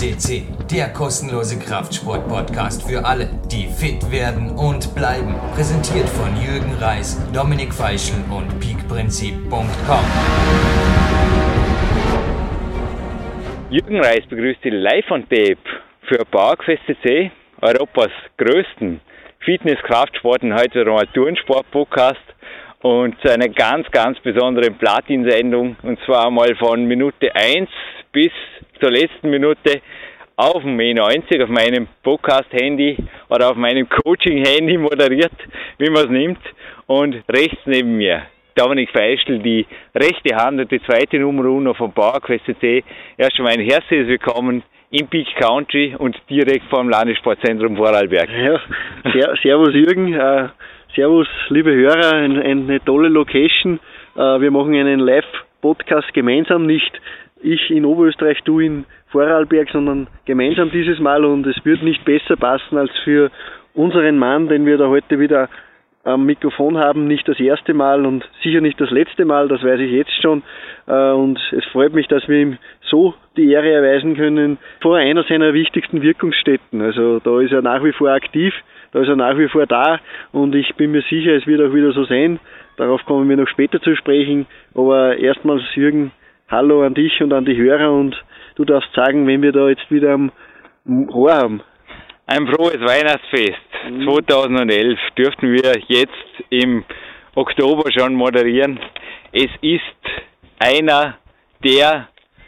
FCC, der kostenlose Kraftsport-Podcast für alle, die fit werden und bleiben. Präsentiert von Jürgen Reis, Dominik Feischl und peakprinzip.com. Jürgen Reis begrüßt Sie live on tape für PowerQuest FCC, Europas größten Fitness-, Kraftsport- und heute nochmal Turnsport-Podcast und zu einer ganz, ganz besonderen Platin-Sendung, und zwar mal von Minute 1 bis zur letzten Minute auf dem E90, auf meinem Podcast-Handy oder auf meinem Coaching-Handy moderiert, wie man es nimmt. Und rechts neben mir Dominik Feischl, die rechte Hand und die zweite Nummer uno von PowerQuest FCC. Erst einmal ein herzliches Willkommen im Peak Country und direkt vor dem Landessportzentrum Vorarlberg. Ja, servus Jürgen, servus liebe Hörer, eine tolle Location. Wir machen einen Live-Podcast gemeinsam, nicht ich in Oberösterreich, du in Vorarlberg, sondern gemeinsam dieses Mal, und es wird nicht besser passen als für unseren Mann, den wir da heute wieder am Mikrofon haben, nicht das erste Mal und sicher nicht das letzte Mal, das weiß ich jetzt schon, und es freut mich, dass wir ihm so die Ehre erweisen können vor einer seiner wichtigsten Wirkungsstätten. Also da ist er nach wie vor aktiv, da ist er nach wie vor da, und ich bin mir sicher, es wird auch wieder so sein. Darauf kommen wir noch später zu sprechen, aber erstmals Jürgen, hallo an dich und an die Hörer, und du darfst sagen, wenn wir da jetzt wieder am Rohr haben. Ein frohes Weihnachtsfest 2011 dürften wir jetzt im Oktober schon moderieren. Es ist einer der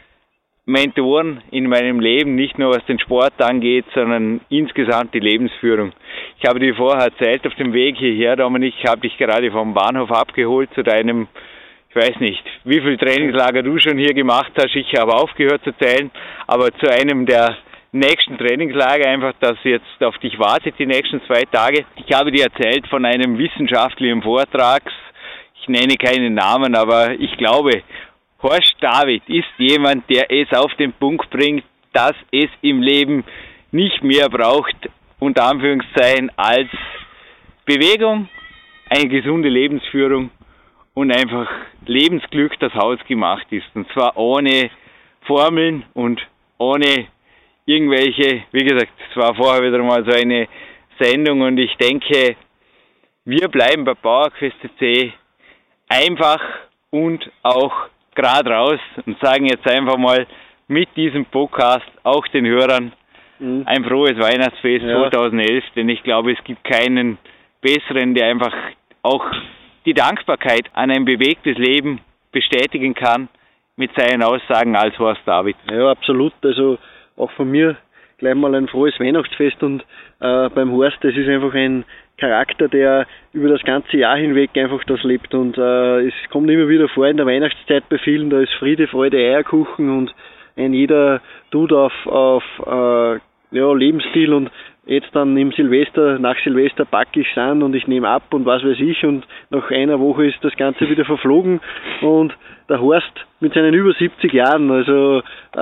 Mentoren in meinem Leben, nicht nur was den Sport angeht, sondern insgesamt die Lebensführung. Ich habe dir vorher erzählt, auf dem Weg hierher, Dominik, ich habe dich gerade vom Bahnhof abgeholt zu deinem, ich weiß nicht, wie viel Trainingslager du schon hier gemacht hast, ich habe aufgehört zu zählen, aber zu einem der nächsten Trainingslager, einfach, das jetzt auf dich wartet, die nächsten 2 Tage. Ich habe dir erzählt von einem wissenschaftlichen Vortrag, ich nenne keinen Namen, aber ich glaube, Horst David ist jemand, der es auf den Punkt bringt, dass es im Leben nicht mehr braucht, unter Anführungszeichen, als Bewegung, eine gesunde Lebensführung und einfach Lebensglück, das hausgemacht ist. Und zwar ohne Formeln und ohne irgendwelche, wie gesagt, es war vorher wieder mal so eine Sendung, und ich denke, wir bleiben bei PowerQuest FCC einfach und auch gerade raus und sagen jetzt einfach mal mit diesem Podcast auch den Hörern ein frohes Weihnachtsfest 2011, denn ich glaube, es gibt keinen besseren, der einfach auch die Dankbarkeit an ein bewegtes Leben bestätigen kann mit seinen Aussagen als Horst David. Ja, absolut. Also auch von mir gleich mal ein frohes Weihnachtsfest, und beim Horst, das ist einfach ein Charakter, der über das ganze Jahr hinweg einfach das lebt, und es kommt immer wieder vor in der Weihnachtszeit bei vielen, da ist Friede, Freude, Eierkuchen, und ein jeder tut auf Lebensstil, und jetzt dann im Silvester, nach Silvester packe ich es an und ich nehme ab und was weiß ich, und nach einer Woche ist das Ganze wieder verflogen, und der Horst mit seinen über 70 Jahren, also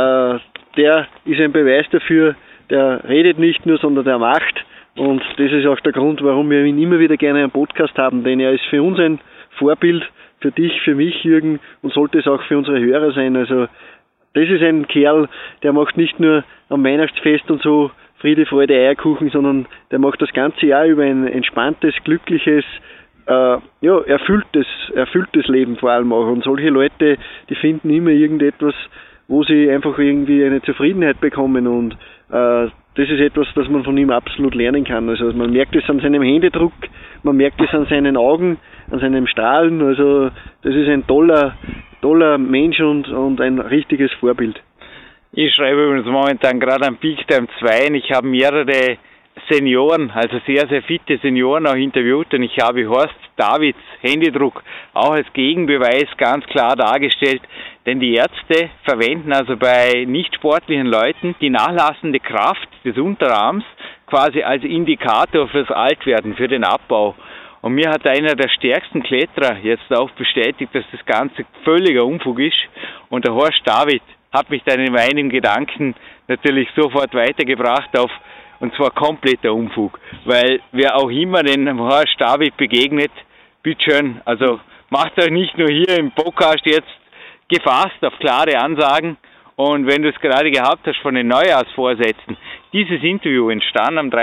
der ist ein Beweis dafür, der redet nicht nur, sondern der macht, und das ist auch der Grund, warum wir ihn immer wieder gerne am Podcast haben, denn er ist für uns ein Vorbild, für dich, für mich, Jürgen, und sollte es auch für unsere Hörer sein. Also das ist ein Kerl, der macht nicht nur am Weihnachtsfest und so Friede, Freude, Eierkuchen, sondern der macht das ganze Jahr über ein entspanntes, glückliches, erfülltes Leben vor allem auch. Und solche Leute, die finden immer irgendetwas, wo sie einfach irgendwie eine Zufriedenheit bekommen, und das ist etwas, das man von ihm absolut lernen kann. Also man merkt es an seinem Händedruck, man merkt es an seinen Augen, an seinem Strahlen. Also das ist ein toller Mensch und ein richtiges Vorbild. Ich schreibe übrigens momentan gerade am Peak Time 2 und ich habe mehrere Senioren, also sehr, sehr fitte Senioren auch interviewt, und ich habe Horst Davids Händedruck auch als Gegenbeweis ganz klar dargestellt, denn die Ärzte verwenden also bei nicht sportlichen Leuten die nachlassende Kraft des Unterarms quasi als Indikator fürs Altwerden, für den Abbau. Und mir hat einer der stärksten Kletterer jetzt auch bestätigt, dass das Ganze völliger Unfug ist, und der Horst David hat mich dann in meinem Gedanken natürlich sofort weitergebracht auf, und zwar kompletter Unfug, weil wer auch immer den Horst David begegnet, bitteschön, also macht euch nicht nur hier im Podcast jetzt gefasst auf klare Ansagen Und wenn du es gerade gehabt hast von den Neujahrsvorsätzen, dieses Interview entstand am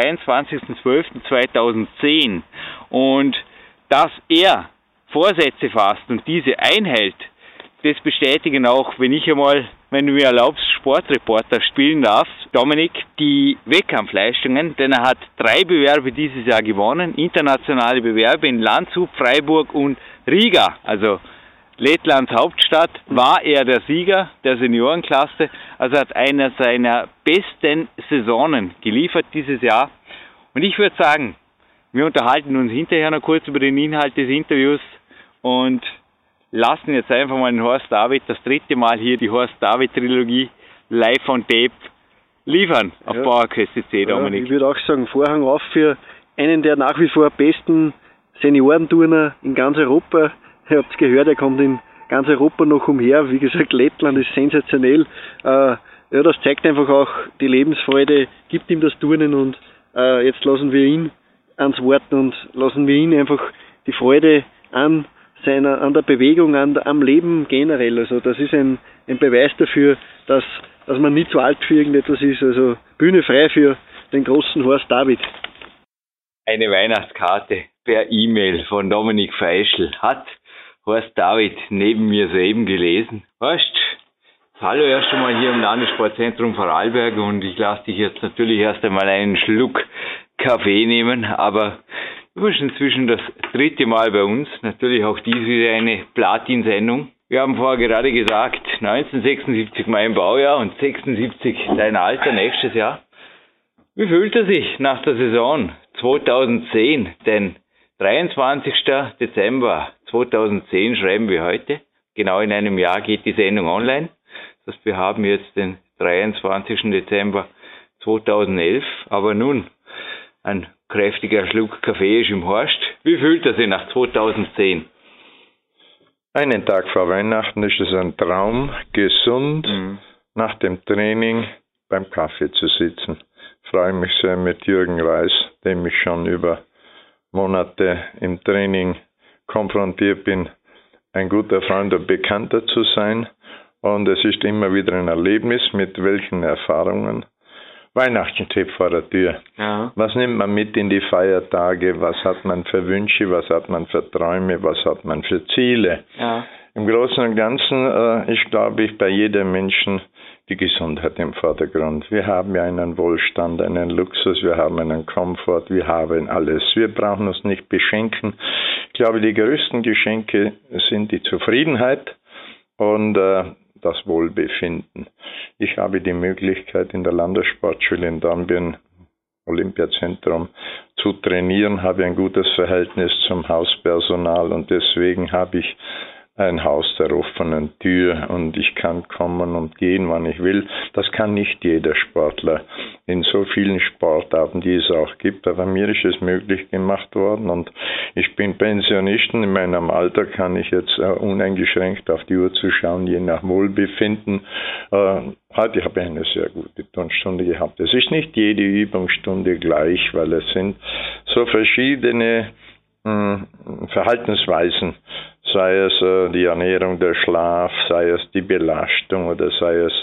23.12.2010 und dass er Vorsätze fasst und diese einhält, das bestätigen auch, wenn du mir erlaubst, Sportreporter spielen darf, Dominik, die Wettkampfleistungen, denn er hat 3 Bewerbe dieses Jahr gewonnen, internationale Bewerbe in Landshut, Freiburg und Riga, also Lettlands Hauptstadt, war er der Sieger der Seniorenklasse, also hat einer seiner besten Saisonen geliefert dieses Jahr. Und ich würde sagen, wir unterhalten uns hinterher noch kurz über den Inhalt des Interviews und lassen jetzt einfach mal den Horst David das 3. Mal hier die Horst David Trilogie live on tape liefern auf PowerQuest CC, Dominik. Ich würde auch sagen, Vorhang auf für einen der nach wie vor besten Seniorenturner in ganz Europa. Ihr habt es gehört, er kommt in ganz Europa noch umher. Wie gesagt, Lettland ist sensationell. Das zeigt einfach auch die Lebensfreude, gibt ihm das Turnen und jetzt lassen wir ihn ans Wort und lassen wir ihn einfach die Freude an der Bewegung, am Leben generell. Also das ist ein Beweis dafür, dass man nicht zu alt für irgendetwas ist. Also Bühne frei für den großen Horst David. Eine Weihnachtskarte per E-Mail von Dominik Feischl hat Horst David neben mir soeben gelesen. Horst, hallo erst einmal hier im Landessportzentrum Vorarlberg und ich lasse dich jetzt natürlich erst einmal einen Schluck Kaffee nehmen, aber du bist inzwischen das 3. Mal bei uns, natürlich auch dies wieder eine Platin-Sendung. Wir haben vorher gerade gesagt, 1976 mein Baujahr und 76 dein Alter nächstes Jahr. Wie fühlt er sich nach der Saison 2010? Denn 23. Dezember 2010 schreiben wir heute. Genau in einem Jahr geht die Sendung online. Das heißt, wir haben jetzt den 23. Dezember 2011. Aber nun, ein kräftiger Schluck Kaffee ist im Horst. Wie fühlt er sich nach 2010? Einen Tag vor Weihnachten ist es ein Traum, gesund, nach dem Training beim Kaffee zu sitzen. Ich freue mich sehr mit Jürgen Reis, dem ich schon über Monate im Training konfrontiert bin, ein guter Freund und Bekannter zu sein. Und es ist immer wieder ein Erlebnis, mit welchen Erfahrungen. Weihnachten steht vor der Tür. Ja. Was nimmt man mit in die Feiertage? Was hat man für Wünsche? Was hat man für Träume? Was hat man für Ziele? Ja. Im Großen und Ganzen ist, glaube ich, bei jedem Menschen die Gesundheit im Vordergrund. Wir haben ja einen Wohlstand, einen Luxus, wir haben einen Komfort, wir haben alles. Wir brauchen uns nicht beschenken. Ich glaube, die größten Geschenke sind die Zufriedenheit und das Wohlbefinden. Ich habe die Möglichkeit, in der Landessportschule in Dornbirn, Olympiazentrum, zu trainieren, habe ein gutes Verhältnis zum Hauspersonal und deswegen habe ich ein Haus der offenen Tür und ich kann kommen und gehen, wann ich will. Das kann nicht jeder Sportler in so vielen Sportarten, die es auch gibt, aber mir ist es möglich gemacht worden und ich bin Pensionisten. In meinem Alter kann ich jetzt uneingeschränkt auf die Uhr zu schauen, je nach Wohlbefinden. Heute habe ich eine sehr gute Turnstunde gehabt. Es ist nicht jede Übungsstunde gleich, weil es sind so verschiedene Verhaltensweisen, sei es die Ernährung, der Schlaf, sei es die Belastung oder sei es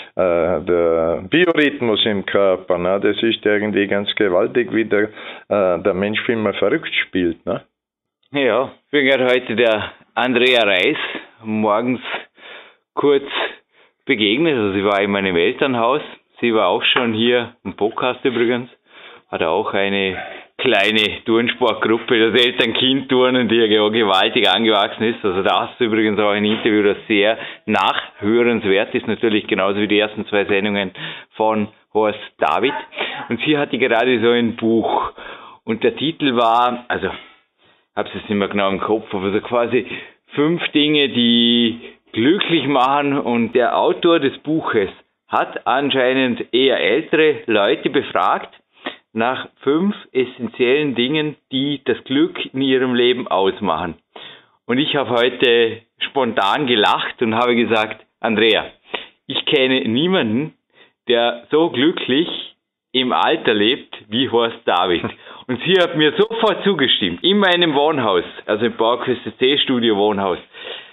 der Biorhythmus im Körper. Ne? Das ist irgendwie ganz gewaltig, wie der Mensch immer verrückt spielt. Ne? Ja, ich bin gerade heute der Andrea Reis morgens kurz begegnet. Also sie war in meinem Elternhaus. Sie war auch schon hier im Podcast übrigens. Hat auch eine kleine Turnsportgruppe, das Eltern-Kind-Turnen, die ja gewaltig angewachsen ist. Also das ist übrigens auch ein Interview, das sehr nachhörenswert ist, natürlich genauso wie die ersten 2 Sendungen von Horst David. Und sie hatte gerade so ein Buch und der Titel war, also ich habe es jetzt nicht mehr genau im Kopf, aber so quasi 5 Dinge, die glücklich machen, und der Autor des Buches hat anscheinend eher ältere Leute befragt nach 5 essentiellen Dingen, die das Glück in ihrem Leben ausmachen. Und ich habe heute spontan gelacht und habe gesagt, Andrea, ich kenne niemanden, der so glücklich im Alter lebt wie Horst David. Und sie hat mir sofort zugestimmt, in meinem Wohnhaus, also im PowerQuest CC Studio Wohnhaus.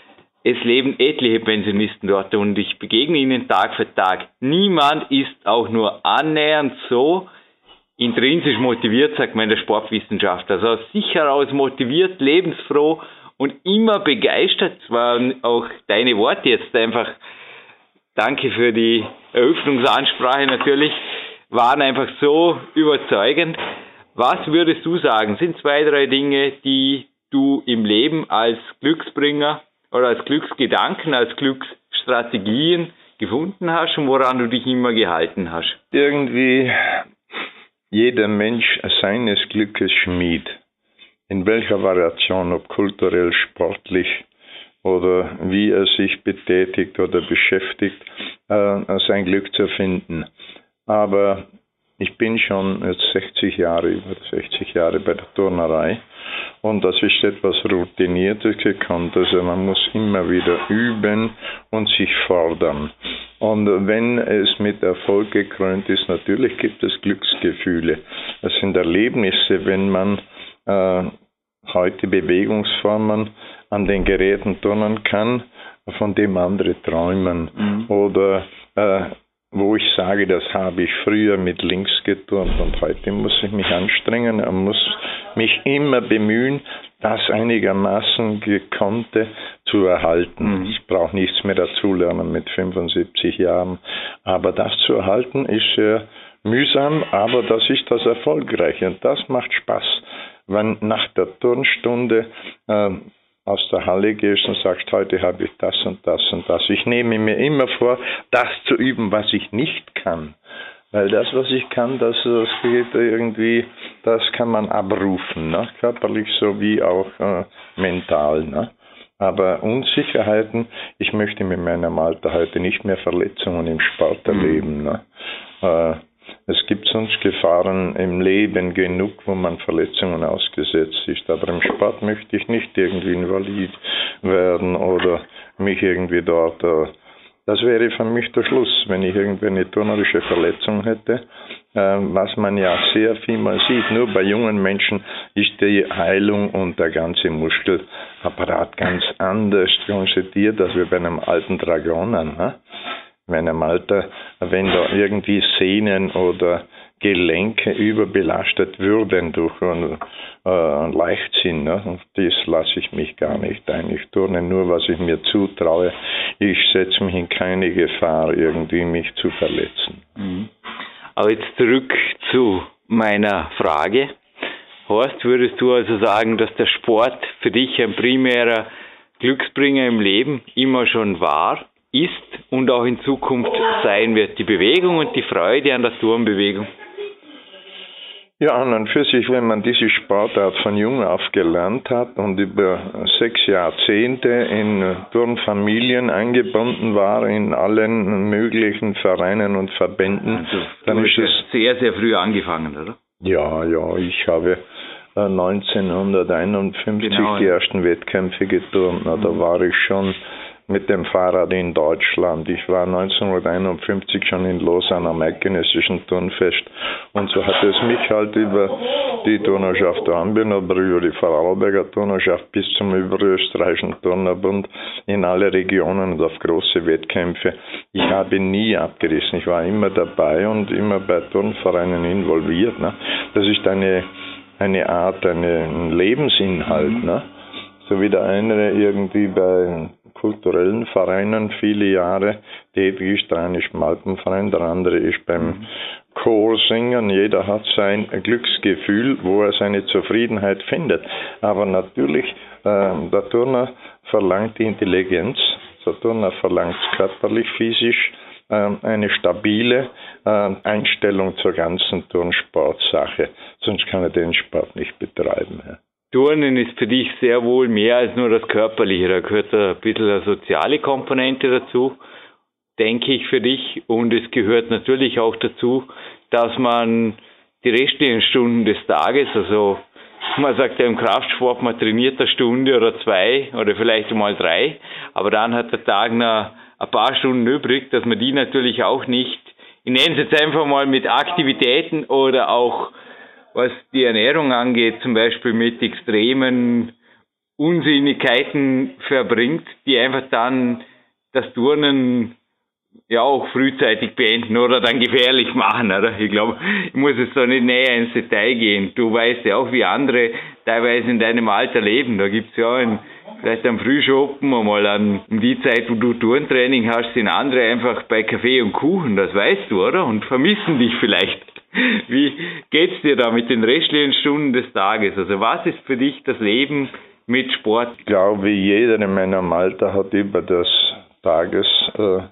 es leben etliche Pensionisten dort und ich begegne ihnen Tag für Tag. Niemand ist auch nur annähernd so intrinsisch motiviert, sagt man in der Sportwissenschaft. Also aus sich heraus motiviert, lebensfroh und immer begeistert. Das waren auch deine Worte jetzt einfach. Danke für die Eröffnungsansprache natürlich. Waren einfach so überzeugend. Was würdest du sagen? Sind 2, 3 Dinge, die du im Leben als Glücksbringer oder als Glücksgedanken, als Glücksstrategien gefunden hast und woran du dich immer gehalten hast? Irgendwie jeder Mensch seines Glückes Schmied. In welcher Variation, ob kulturell, sportlich oder wie er sich betätigt oder beschäftigt, sein Glück zu finden. Aber ich bin schon jetzt 60 Jahre bei der Turnerei und das ist etwas Routiniertes gekannt. Also man muss immer wieder üben und sich fordern. Und wenn es mit Erfolg gekrönt ist, natürlich gibt es Glücksgefühle. Das sind Erlebnisse, wenn man heute Bewegungsformen an den Geräten turnen kann, von dem andere träumen. Oder wo ich sage, das habe ich früher mit links geturnt und heute muss ich mich anstrengen, muss mich immer bemühen, das einigermaßen Gekonnte zu erhalten. Ich brauche nichts mehr dazulernen mit 75 Jahren, aber das zu erhalten ist sehr mühsam, aber das ist das Erfolgreiche und das macht Spaß, wenn nach der Turnstunde aus der Halle gehst und sagst, heute habe ich das und das und das. Ich nehme mir immer vor, das zu üben, was ich nicht kann. Weil das, was ich kann, das geht irgendwie, das kann man abrufen, ne? Körperlich sowie auch mental. Ne? Aber Unsicherheiten, ich möchte mit meinem Alter heute nicht mehr Verletzungen im Sport erleben. Ne? Es gibt sonst Gefahren im Leben genug, wo man Verletzungen ausgesetzt ist. Aber im Sport möchte ich nicht irgendwie invalid werden oder mich irgendwie dort. Das wäre für mich der Schluss, wenn ich irgendwie eine turnerische Verletzung hätte. Was man ja sehr viel mal sieht. Nur bei jungen Menschen ist die Heilung und der ganze Muskelapparat ganz anders konzipiert als bei einem alten Dragoner. Ne? In meinem Alter, wenn da irgendwie Sehnen oder Gelenke überbelastet würden durch Leichtsinn, ne? Und das lasse ich mich gar nicht ein. Ich turne nur, was ich mir zutraue. Ich setze mich in keine Gefahr, irgendwie mich zu verletzen. Aber jetzt zurück zu meiner Frage. Horst, würdest du also sagen, dass der Sport für dich ein primärer Glücksbringer im Leben immer schon war, ist und auch in Zukunft sein wird, die Bewegung und die Freude an der Turnbewegung? Ja, an und für sich, wenn man diese Sportart von jung auf gelernt hat und über 6 Jahrzehnte in Turnfamilien eingebunden war, in allen möglichen Vereinen und Verbänden, also, dann ist es sehr, sehr früh angefangen, oder? Ja, ich habe 1951 die ersten Wettkämpfe geturnt. Da war ich schon mit dem Fahrrad in Deutschland. Ich war 1951 schon in Lausanne am Eidgenössischen Turnfest und so hat es mich halt über die Turnerschaft der Ambiener, über die Vorarlberger Turnerschaft bis zum Überösterreichischen Turnerbund in alle Regionen und auf große Wettkämpfe. Ich habe nie abgerissen. Ich war immer dabei und immer bei Turnvereinen involviert. Ne? Das ist eine Art, ein Lebensinhalt. Ne? So wie der eine irgendwie bei kulturellen Vereinen viele Jahre tätig ist, der eine ist im Alpenverein, der andere ist beim Chorsingen. Jeder hat sein Glücksgefühl, wo er seine Zufriedenheit findet. Aber natürlich, der Turner verlangt die Intelligenz, der Turner verlangt körperlich, physisch eine stabile Einstellung zur ganzen Turnsportsache. Sonst kann er den Sport nicht betreiben. Ja. Turnen ist für dich sehr wohl mehr als nur das Körperliche. Da gehört ein bisschen eine soziale Komponente dazu, denke ich, für dich. Und es gehört natürlich auch dazu, dass man die restlichen Stunden des Tages, also man sagt ja im Kraftsport, man trainiert eine Stunde oder 2 oder vielleicht mal 3, aber dann hat der Tag noch ein paar Stunden übrig, dass man die natürlich auch nicht, ich nenne es jetzt einfach mal mit Aktivitäten oder auch was die Ernährung angeht, zum Beispiel mit extremen Unsinnigkeiten verbringt, die einfach dann das Turnen ja auch frühzeitig beenden oder dann gefährlich machen, oder? Ich glaube, ich muss jetzt da nicht näher ins Detail gehen. Du weißt ja auch, wie andere teilweise in deinem Alter leben. Da gibt's ja vielleicht am Frühschoppen einmal um die Zeit, wo du Turntraining hast, sind andere einfach bei Kaffee und Kuchen, das weißt du, oder? Und vermissen dich vielleicht. Wie geht's dir da mit den restlichen Stunden des Tages? Also was ist für dich das Leben mit Sport? Ich glaube, jeder in meinem Alter hat über das Tagesprogramm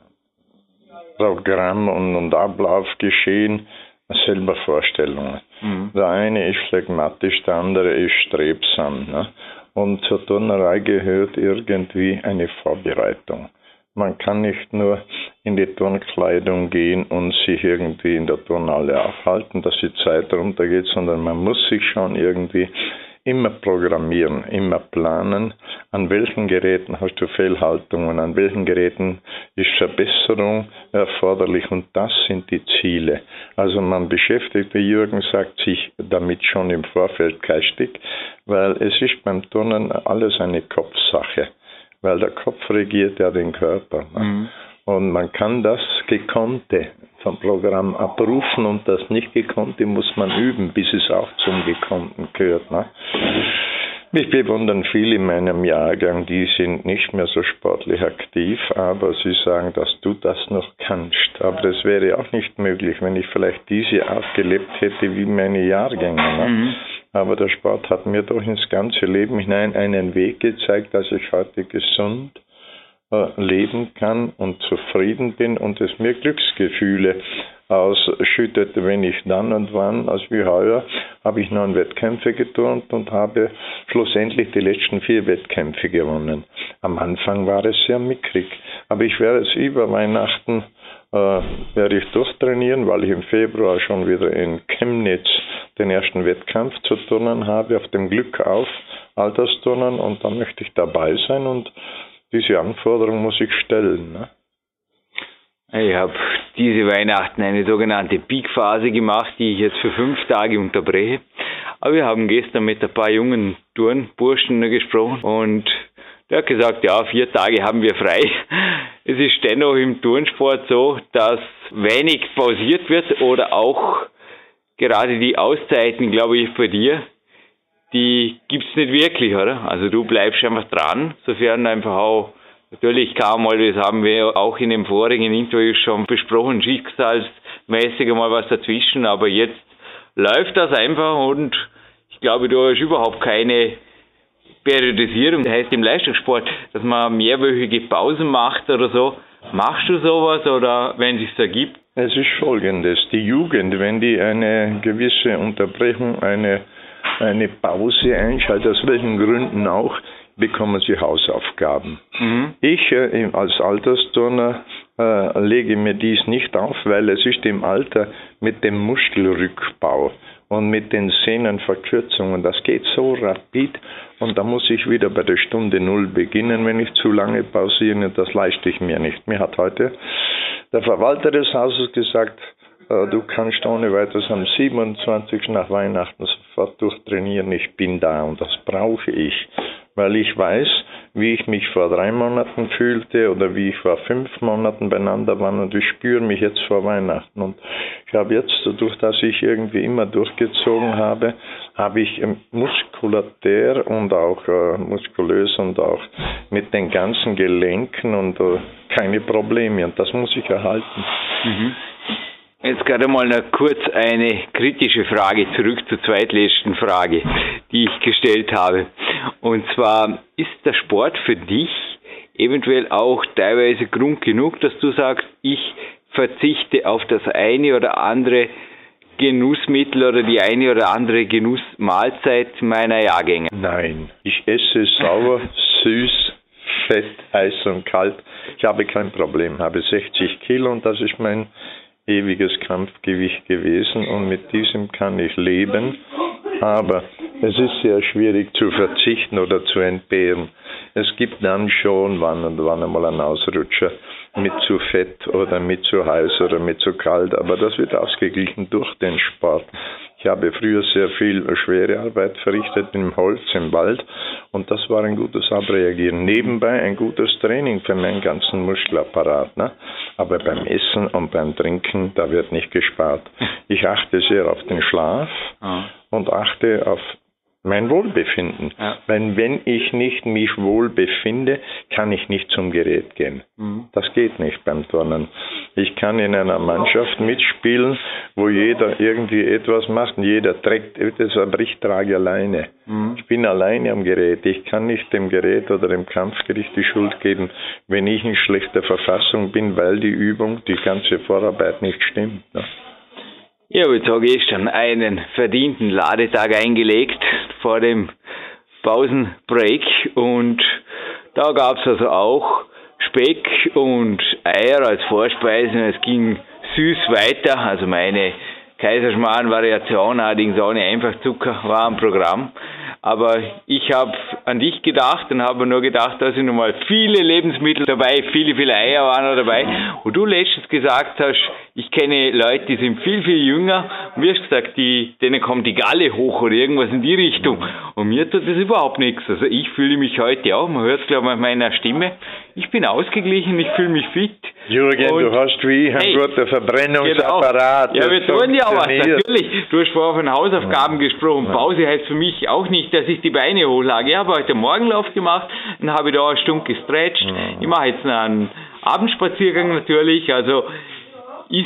und Ablaufgeschehen selber Vorstellungen. Der eine ist phlegmatisch, der andere ist strebsam. Ne? Und zur Turnerei gehört irgendwie eine Vorbereitung. Man kann nicht nur in die Turnkleidung gehen und sich irgendwie in der Turnhalle aufhalten, dass die Zeit runtergeht, sondern man muss sich schon irgendwie immer programmieren, immer planen, an welchen Geräten hast du Fehlhaltungen, an welchen Geräten ist Verbesserung erforderlich, und das sind die Ziele. Also man beschäftigt, wie Jürgen sagt, sich damit schon im Vorfeld geistig, weil es ist beim Turnen alles eine Kopfsache, weil der Kopf regiert ja den Körper. Ne? Und man kann das Gekonnte vom Programm abrufen und das nicht Gekonnte muss man üben, bis es auch zum Gekonnten gehört. Ne? Mich bewundern viele in meinem Jahrgang, die sind nicht mehr so sportlich aktiv, aber sie sagen, dass du das noch kannst. Aber das wäre auch nicht möglich, wenn ich vielleicht diese Art gelebt hätte wie meine Jahrgänge. Ne? Aber der Sport hat mir doch ins ganze Leben hinein einen Weg gezeigt, dass ich heute gesund leben kann und zufrieden bin und es mir Glücksgefühle ausschüttet, wenn ich dann und wann, als wie heuer, habe ich 9 Wettkämpfe geturnt und habe schlussendlich die letzten 4 Wettkämpfe gewonnen. Am Anfang war es sehr mickrig, aber ich werde es über Weihnachten werde ich durchtrainieren, weil ich im Februar schon wieder in Chemnitz den ersten Wettkampf zu turnen habe, auf dem Glück auf Altersturnen, und dann möchte ich dabei sein und diese Anforderung muss ich stellen. Ne? Ich habe diese Weihnachten eine sogenannte Peak-Phase gemacht, die ich jetzt für 5 Tage unterbreche. Aber wir haben gestern mit ein paar jungen Turnburschen gesprochen und der hat gesagt, ja, 4 Tage haben wir frei. Es ist dennoch im Turnsport so, dass wenig pausiert wird oder auch gerade die Auszeiten, glaube ich, für dir, die gibt's nicht wirklich, oder? Also du bleibst einfach dran, sofern einfach auch, natürlich kaum mal, das haben wir auch in dem vorigen Interview schon besprochen, schicksalsmäßig mal was dazwischen, aber jetzt läuft das einfach und ich glaube, du hast überhaupt keine Periodisierung. Das heißt im Leistungssport, dass man mehrwöchige Pausen macht oder so. Machst du sowas oder wenn es sich ergibt? Es ist Folgendes, die Jugend, wenn die eine gewisse Unterbrechung, eine Pause einschaltet, aus welchen Gründen auch, bekommen sie Hausaufgaben. Ich als Altersturner lege mir dies nicht auf, weil es ist im Alter mit dem Muskelrückbau und mit den Sehnenverkürzungen, das geht so rapid und da muss ich wieder bei der Stunde 0 beginnen, wenn ich zu lange pausiere, das leiste ich mir nicht. Mir hat heute der Verwalter des Hauses gesagt, du kannst ohne weiteres am 27. nach Weihnachten sofort durchtrainieren, ich bin da und das brauche ich, weil ich weiß, wie ich mich vor 3 Monaten fühlte oder wie ich vor 5 Monaten beieinander war und ich spüre mich jetzt vor Weihnachten. Und ich habe jetzt, dadurch, dass ich irgendwie immer durchgezogen habe, habe ich muskulär und auch muskulös und auch mit den ganzen Gelenken und keine Probleme und das muss ich erhalten. Jetzt gerade mal kurz eine kritische Frage zurück zur zweitletzten Frage, die ich gestellt habe. Und zwar, ist der Sport für dich eventuell auch teilweise Grund genug, dass du sagst, ich verzichte auf das eine oder andere Genussmittel oder die eine oder andere Genussmahlzeit meiner Jahrgänge? Nein, ich esse sauer, süß, fett, heiß und kalt. Ich habe kein Problem, habe 60 Kilo und das ist mein ewiges Kampfgewicht gewesen und mit diesem kann ich leben, aber es ist sehr schwierig zu verzichten oder zu entbehren. Es gibt dann schon wann und wann einmal einen Ausrutscher mit zu fett oder mit zu heiß oder mit zu kalt, aber das wird ausgeglichen durch den Sport. Ich habe früher sehr viel schwere Arbeit verrichtet im Holz, im Wald und das war ein gutes Abreagieren. Nebenbei ein gutes Training für meinen ganzen Muskelapparat. Ne? Aber beim Essen und beim Trinken, da wird nicht gespart. Ich achte sehr auf den Schlaf und achte auf mein Wohlbefinden. Ja. Weil wenn ich nicht mich wohl befinde, kann ich nicht zum Gerät gehen. Das geht nicht beim Turnen. Ich kann in einer Mannschaft mitspielen, wo jeder irgendwie etwas macht und jeder trägt etwas, aber ich trage alleine. Ich bin alleine am Gerät. Ich kann nicht dem Gerät oder dem Kampfgericht die Schuld geben, wenn ich in schlechter Verfassung bin, weil die Übung, die ganze Vorarbeit nicht stimmt. Ne? Ich habe jetzt auch gestern einen verdienten Ladetag eingelegt vor dem Pausenbreak und da gab es also auch Speck und Eier als Vorspeisen. Es ging süß weiter, also meine Kaiserschmarrn-Variation, allerdings ohne Einfachzucker, war am Programm. Aber ich habe an dich gedacht und habe nur gedacht, da sind nochmal viele Lebensmittel dabei, viele Eier waren noch dabei. Und du letztens gesagt hast, ich kenne Leute, die sind viel jünger und mir hast gesagt, denen kommt die Galle hoch oder irgendwas in die Richtung. Und mir tut das überhaupt nichts. Also ich fühle mich heute auch, man hört es glaube ich an meiner Stimme, ich bin ausgeglichen, ich fühle mich fit. Jürgen, und du hast wie ein guter Verbrennungsapparat. Genau. Ja, wir tun ja auch was, natürlich. Du hast vorher von Hausaufgaben gesprochen. Pause heißt für mich auch nicht, dass ich die Beine hochlage. Ich habe heute Morgenlauf gemacht, dann habe ich da eine Stunde gestretcht. Ich mache jetzt einen Abendspaziergang natürlich. Also ist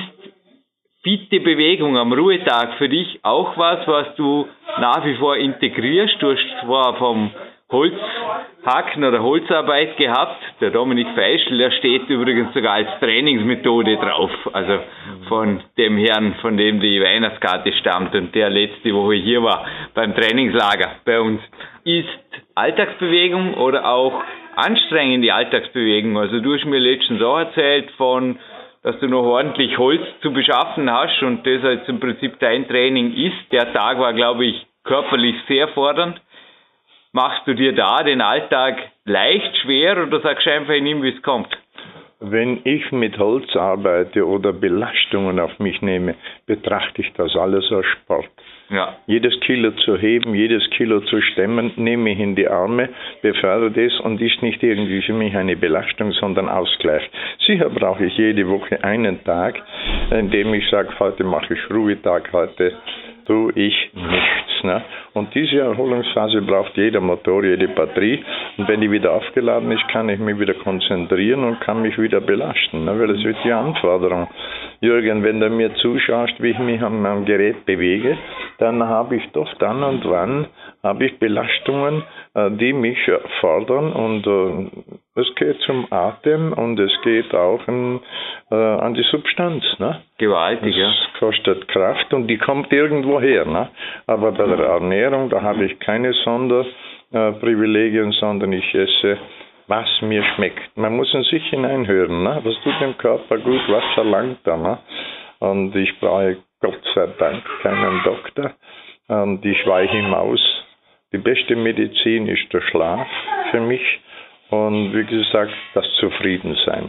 fitte Bewegung am Ruhetag für dich auch was du nach wie vor integrierst? Du hast zwar vom Holzhacken oder Holzarbeit gehabt. Der Dominik Feischl, der steht übrigens sogar als Trainingsmethode drauf. Also von dem Herrn, von dem die Weihnachtskarte stammt und der letzte Woche hier war beim Trainingslager bei uns. Ist Alltagsbewegung oder auch anstrengende Alltagsbewegung? Also du hast mir letztens auch erzählt dass du noch ordentlich Holz zu beschaffen hast und das jetzt im Prinzip dein Training ist. Der Tag war, glaube ich, körperlich sehr fordernd. Machst du dir da den Alltag leicht, schwer oder sagst du einfach, ich nehme, wie es kommt? Wenn ich mit Holz arbeite oder Belastungen auf mich nehme, betrachte ich das alles als Sport. Ja. Jedes Kilo zu heben, jedes Kilo zu stemmen, nehme ich in die Arme, befördere das und ist nicht irgendwie für mich eine Belastung, sondern Ausgleich. Sicher brauche ich jede Woche einen Tag, in dem ich sage, heute mache ich Ruhetag, heute tue ich nichts. Ne? Und diese Erholungsphase braucht jeder Motor, jede Batterie. Und wenn die wieder aufgeladen ist, kann ich mich wieder konzentrieren und kann mich wieder belasten. Ne? Weil das wird die Anforderung. Jürgen, wenn du mir zuschaust, wie ich mich an meinem Gerät bewege, dann habe ich doch dann und wann Belastungen, die mich fordern. Und es geht zum Atem und es geht auch an die Substanz. Ne? Gewaltig, ja. Es kostet Kraft und die kommt irgendwo her. Ne? Aber bei der Ernährung, da habe ich keine Sonderprivilegien, sondern ich esse, was mir schmeckt. Man muss in sich hineinhören. Ne? Was tut dem Körper gut, was verlangt er. Ne? Und ich brauche Gott sei Dank keinen Doktor. Und ich weiche ihm aus. Die beste Medizin ist der Schlaf für mich. Und wie gesagt, das Zufriedensein.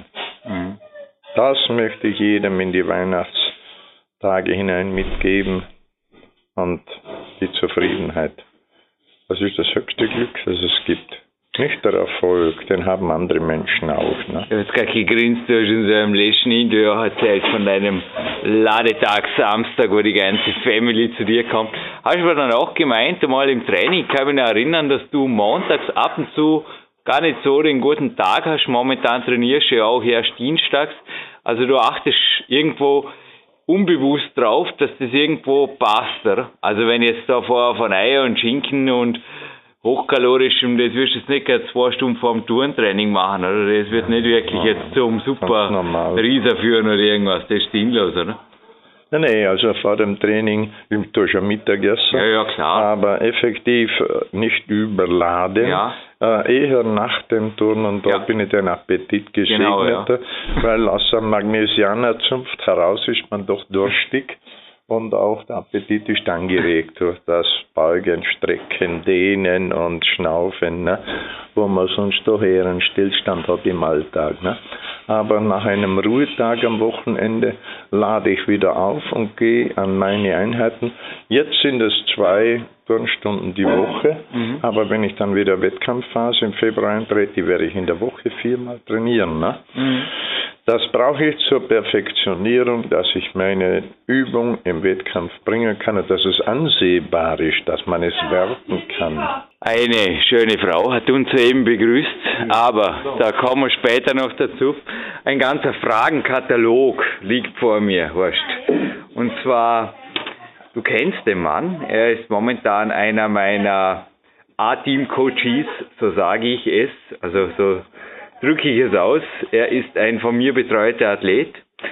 Das möchte ich jedem in die Weihnachtstage hinein mitgeben. Und die Zufriedenheit. Das ist das höchste Glück, das es gibt. Nicht der Erfolg, den haben andere Menschen auch. Ne? Ich habe jetzt gerade gegrinst, du hast in seinem letzten Interview auch erzählt von deinem Ladetag Samstag, wo die ganze Family zu dir kommt. Hast du aber dann auch gemeint, einmal im Training, ich kann mich noch erinnern, dass du montags ab und zu gar nicht so den guten Tag hast. Momentan trainierst du ja auch erst dienstags. Also du achtest irgendwo unbewusst drauf, dass das irgendwo passt. Oder? Also wenn jetzt da vorher von Eier und Schinken und hochkalorischem, das wirst du jetzt nicht 2 Stunden vor dem Turntraining machen, oder? Das wird nicht wirklich jetzt zum super Rieser führen oder irgendwas, das ist sinnlos, oder? Nein, also vor dem Training, ich tue schon Mittagessen, ja, klar. Aber effektiv nicht überladen, eher nach dem Turnen, und da bin ich den Appetit gesegnet, genau, weil aus der Magnesianerzunft heraus ist man doch durstig. Und auch der Appetit ist angeregt durch das Beugen, Strecken, Dehnen und Schnaufen, ne? Wo man sonst doch eher einen Stillstand hat im Alltag. Ne? aber nach einem Ruhetag am Wochenende lade ich wieder auf und gehe an meine Einheiten. Jetzt sind es 2 Turnstunden die Woche, aber wenn ich dann wieder Wettkampfphase im Februar eintrete, werde ich in der Woche 4-mal trainieren. Ne? Das brauche ich zur Perfektionierung, dass ich meine Übung im Wettkampf bringen kann und dass es ansehbar ist, dass man es werten kann. Eine schöne Frau hat uns eben begrüßt, aber da kommen wir später noch dazu. Ein ganzer Fragenkatalog liegt vor mir, Horst. Und zwar, du kennst den Mann, er ist momentan einer meiner A-Team-Coaches, so sage ich es, also so drücke ich es aus. Er ist ein von mir betreuter Athlet.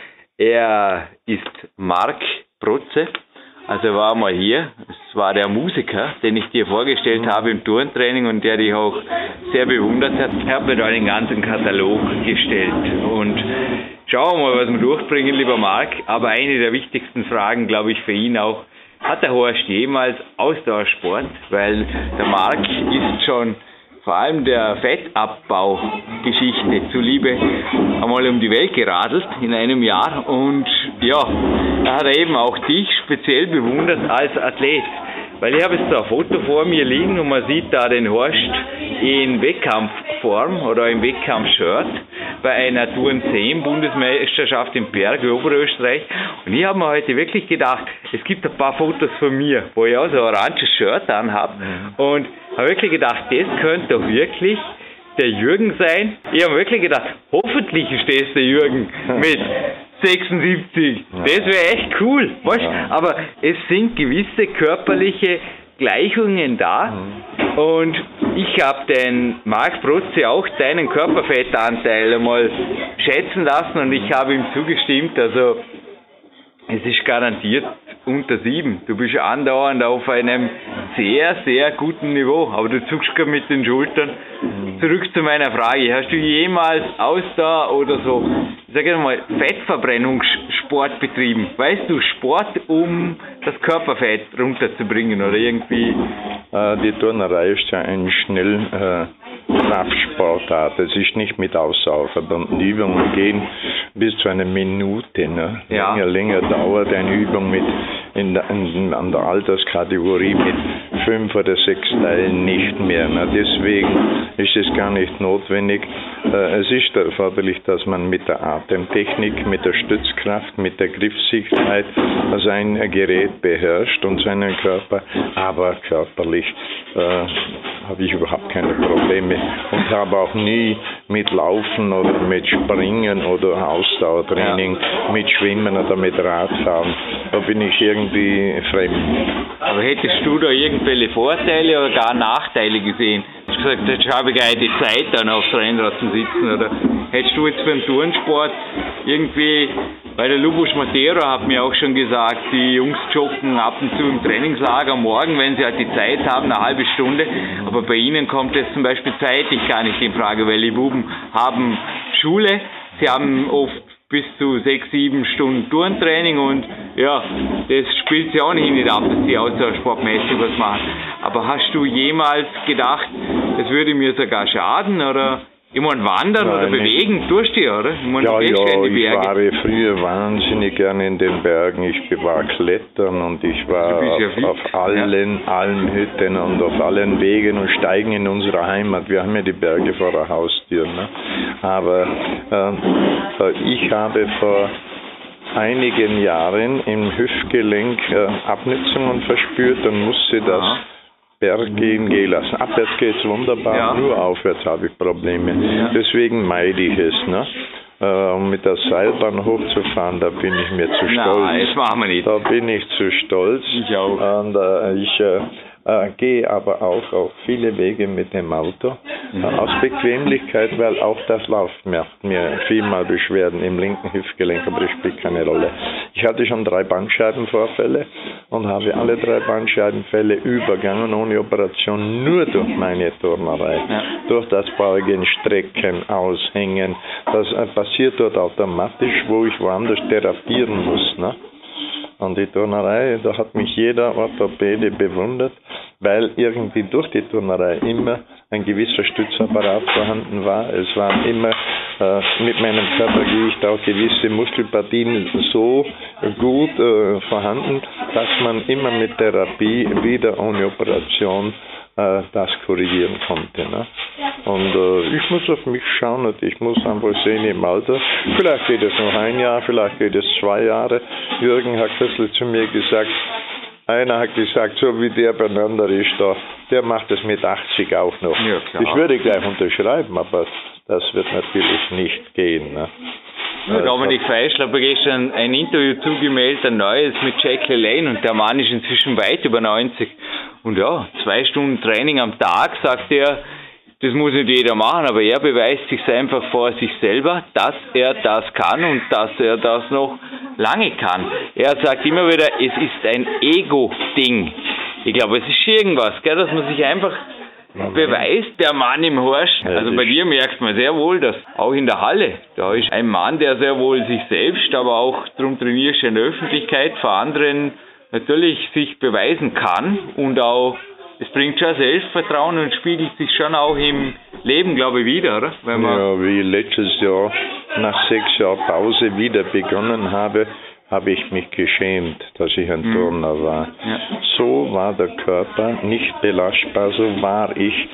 Er ist Marc Protze. Also er war mal hier. Es war der Musiker, den ich dir vorgestellt habe im Turntraining und der dich auch sehr bewundert hat. Ich habe mir da einen ganzen Katalog gestellt. Und schauen wir mal, was wir durchbringen, lieber Marc. Aber eine der wichtigsten Fragen, glaube ich, für ihn auch, hat der Horst jemals Ausdauersport? Weil der Marc ist schon vor allem der Fettabbaugeschichte zuliebe einmal um die Welt geradelt in einem Jahr und ja, er hat eben auch dich speziell bewundert als Athlet, weil ich habe jetzt da ein Foto vor mir liegen und man sieht da den Horst in Wettkampfform oder im Wettkampfshirt bei einer Touren 10 Bundesmeisterschaft im Berg, Oberösterreich, und ich habe mir heute wirklich gedacht, es gibt ein paar Fotos von mir, wo ich auch so ein oranges Shirt anhabe und habe wirklich gedacht, das könnte doch wirklich der Jürgen sein. Ich habe wirklich gedacht, hoffentlich ist das der Jürgen mit 76. Das wäre echt cool. Weißt? Aber es sind gewisse körperliche Gleichungen da. Und ich habe den Marc Protze auch deinen Körperfettanteil einmal schätzen lassen und ich habe ihm zugestimmt. Also es ist garantiert unter 7. Du bist andauernd auf einem sehr, sehr guten Niveau. Aber du zuckst gerade mit den Schultern. Zurück zu meiner Frage. Hast du jemals Ausdauer oder so, sag ich mal, Fettverbrennungssport betrieben? Weißt du, Sport, um das Körperfett runterzubringen oder irgendwie? Die Turnerei ist ja ein Kraftsportart. Es ist nicht mit Ausdauer verbunden. Die Übungen gehen bis zu einer Minute. Ne? Ja. Länger dauert eine Übung mit an der Alterskategorie mit 5 oder 6 Teilen nicht mehr. Ne? Deswegen ist es gar nicht notwendig. Es ist erforderlich, dass man mit der Atemtechnik, mit der Stützkraft, mit der Griffsicherheit sein Gerät beherrscht und seinen Körper, aber körperlich habe ich überhaupt keine Probleme und habe auch nie mit Laufen oder mit Springen oder Ausdauertraining, mit Schwimmen oder mit Radfahren, da bin ich irgendwie fremd. Aber hättest du da irgendwelche Vorteile oder gar Nachteile gesehen? Du hast gesagt, jetzt habe ich gar nicht die Zeit, dann aufs Rennrad zu sitzen, oder hättest du jetzt beim Turnsport irgendwie, weil der Lubos Matera hat mir auch schon gesagt, die Jungs joggen ab und zu im Trainingslager morgen, wenn sie halt die Zeit haben, eine halbe Stunde, aber bei ihnen kommt es zum Beispiel zeitlich gar nicht in Frage, weil die Buben haben Schule, sie haben oft bis zu 6-7 Stunden Turntraining und ja, das spielt sie auch nicht ab, dass sie ausdauersportmäßig was machen. Aber hast du jemals gedacht, es würde mir sogar schaden oder immer wandern oder bewegen tust du, oder? Ich war früher wahnsinnig gerne in den Bergen. Ich war klettern und ich war auf allen Almhütten und auf allen Wegen und Steigen in unserer Heimat. Wir haben ja die Berge vor der Haustür. Ne? Aber ich habe vor einigen Jahren im Hüftgelenk Abnützungen verspürt und musste das Berggehen gehen lassen. Abwärts geht es wunderbar, nur aufwärts habe ich Probleme. Ja. Deswegen meide ich es. Ne? Um mit der Seilbahn hochzufahren, da bin ich mir zu stolz. Nein, das machen wir nicht. Da bin ich zu stolz. Ich auch. Und ich gehe aber auch auf viele Wege mit dem Auto. Aus Bequemlichkeit, weil auch das Laufen macht mir vielmal Beschwerden im linken Hüftgelenk, aber das spielt keine Rolle. Ich hatte schon 3 Bandscheibenvorfälle und habe alle 3 Bandscheibenfälle übergangen ohne Operation, nur durch meine Turnerei. Ja. Durch das Beugen, Strecken, Aushängen. Das passiert dort automatisch, wo ich woanders therapieren muss. Ne? Und die Turnerei, da hat mich jeder Orthopäde bewundert, weil irgendwie durch die Turnerei immer ein gewisser Stützapparat vorhanden war. Es waren immer mit meinem Körpergewicht auch gewisse Muskelpartien so gut vorhanden, dass man immer mit Therapie wieder ohne Operation das korrigieren konnte. Ne? Und ich muss auf mich schauen und ich muss einfach sehen im Alter, vielleicht geht es noch ein Jahr, vielleicht geht es 2 Jahre. Jürgen hat kürzlich zu mir gesagt, einer hat gesagt, so wie der beieinander ist da, der macht es mit 80 auch noch. Ja, ich würde gleich unterschreiben, aber das wird natürlich nicht gehen. Ne? Ja, Dominik Feischl habe gestern ein Interview zugemeldet, ein neues mit Jack LaLanne, und der Mann ist inzwischen weit über 90. Und ja, 2 Stunden Training am Tag, sagt er, das muss nicht jeder machen, aber er beweist sich einfach vor sich selber, dass er das kann und dass er das noch lange kann. Er sagt immer wieder, es ist ein Ego-Ding. Ich glaube, es ist irgendwas, gell, dass man sich einfach beweist, der Mann im Horst. Also bei dir merkt man sehr wohl, dass auch in der Halle, da ist ein Mann, der sehr wohl sich selbst, aber auch darum trainierst in der Öffentlichkeit vor anderen natürlich sich beweisen kann, und auch, es bringt schon Selbstvertrauen und spiegelt sich schon auch im Leben, glaube ich, wieder, oder? Ja, wie letztes Jahr nach 6 Jahren Pause wieder begonnen habe ich mich geschämt, dass ich ein Turner war. Ja. So war der Körper nicht belastbar, so war ich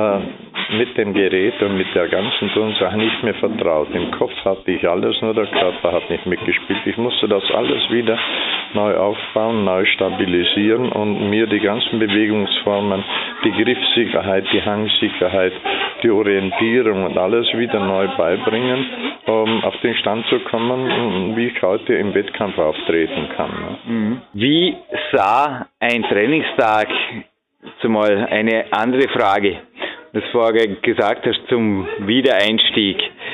mit dem Gerät und mit der ganzen Turnsache nicht mehr vertraut. Im Kopf hatte ich alles, nur der Körper hat nicht mitgespielt. Ich musste das alles wieder neu aufbauen, neu stabilisieren und mir die ganzen Bewegungsformen, die Griffsicherheit, die Hangsicherheit, die Orientierung und alles wieder neu beibringen, um auf den Stand zu kommen, wie ich heute im Wettkampf auftreten kann. Ne? Wie sah ein Trainingstag, zumal eine andere Frage, das vorher gesagt hast, zum Wiedereinstieg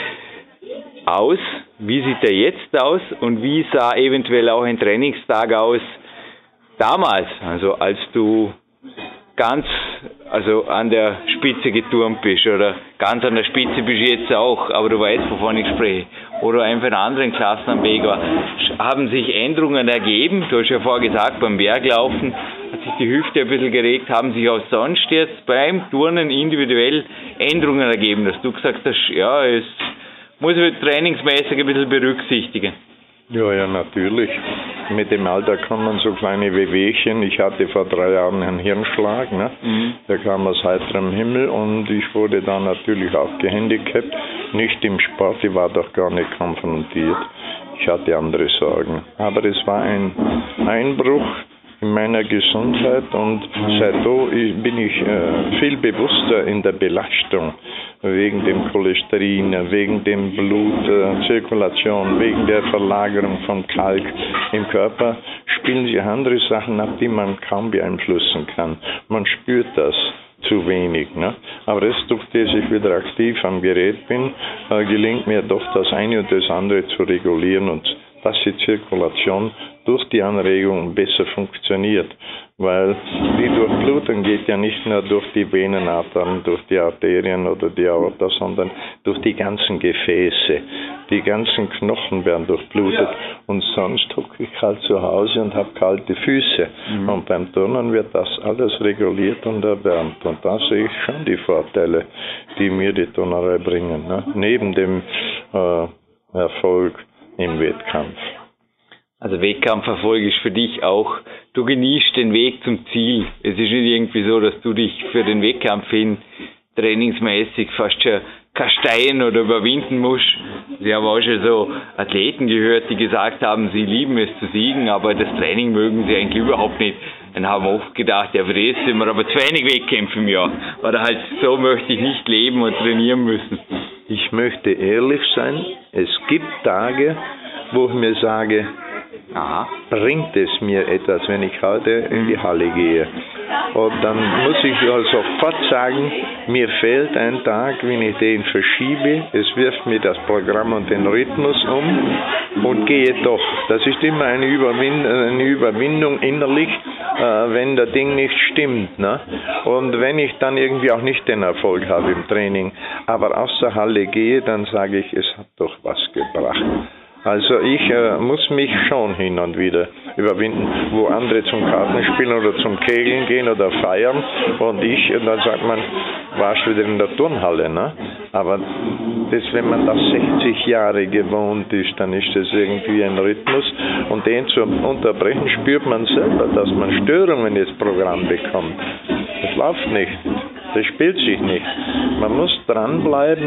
aus? Wie sieht er jetzt aus und wie sah eventuell auch ein Trainingstag aus damals, also als du ganz an der Spitze geturnt bist, oder ganz an der Spitze bist du jetzt auch, aber du weißt, wovon ich spreche, oder einfach in anderen Klassen am Weg war. Haben sich Änderungen ergeben? Du hast ja vorher gesagt, beim Berglaufen hat sich die Hüfte ein bisschen geregt. Haben sich auch sonst jetzt beim Turnen individuell Änderungen ergeben, dass du gesagt hast, ja, es muss man trainingsmäßig ein bisschen berücksichtigen? Ja, natürlich. Mit dem Alter kommen so kleine Wehwehchen. Ich hatte vor 3 Jahren einen Hirnschlag, ne? Der kam aus heiterem Himmel und ich wurde dann natürlich auch gehandicapt. Nicht im Sport, ich war doch gar nicht konfrontiert. Ich hatte andere Sorgen. Aber es war ein Einbruch in meiner Gesundheit und seitdem bin ich viel bewusster in der Belastung. Wegen dem Cholesterin, wegen dem Blutzirkulation, wegen der Verlagerung von Kalk im Körper spielen sich andere Sachen ab, die man kaum beeinflussen kann. Man spürt das zu wenig. Ne? Aber erst durch das ich wieder aktiv am Gerät bin, gelingt mir doch das eine und das andere zu regulieren und dass die Zirkulation durch die Anregung besser funktioniert. Weil die Durchblutung geht ja nicht nur durch die Venenadern, durch die Arterien oder die Aorta, sondern durch die ganzen Gefäße. Die ganzen Knochen werden durchblutet und sonst hocke ich halt zu Hause und habe kalte Füße. Und beim Turnen wird das alles reguliert und erwärmt. Und da sehe ich schon die Vorteile, die mir die Turnerei bringen, ne? Neben dem Erfolg im Wettkampf. Also Wettkampferfolg ist für dich auch, du genießt den Weg zum Ziel. Es ist nicht irgendwie so, dass du dich für den Wettkampf hin trainingsmäßig fast schon kasteien oder überwinden musst. Ich habe auch schon so Athleten gehört, die gesagt haben, sie lieben es zu siegen, aber das Training mögen sie eigentlich überhaupt nicht. Dann haben wir oft gedacht, ja, für das sind wir aber zu wenig Wettkämpfe im Jahr. Oder halt, so möchte ich nicht leben und trainieren müssen. Ich möchte ehrlich sein, es gibt Tage, wo ich mir sage, bringt es mir etwas, wenn ich heute in die Halle gehe. Und dann muss ich also sofort sagen, mir fehlt ein Tag, wenn ich den verschiebe, es wirft mir das Programm und den Rhythmus um und gehe doch. Das ist immer eine Überwindung innerlich, wenn das Ding nicht stimmt. Ne? Und wenn ich dann irgendwie auch nicht den Erfolg habe im Training, aber aus der Halle gehe, dann sage ich, es hat doch was gebracht. Also ich muss mich schon hin und wieder überwinden, wo andere zum Kartenspielen oder zum Kegeln gehen oder feiern und dann sagt man, warst wieder in der Turnhalle, ne? Aber wenn man das 60 Jahre gewohnt ist, dann ist das irgendwie ein Rhythmus und den zu unterbrechen spürt man selber, dass man Störungen ins Programm bekommt. Das läuft nicht. Das spielt sich nicht. Man muss dranbleiben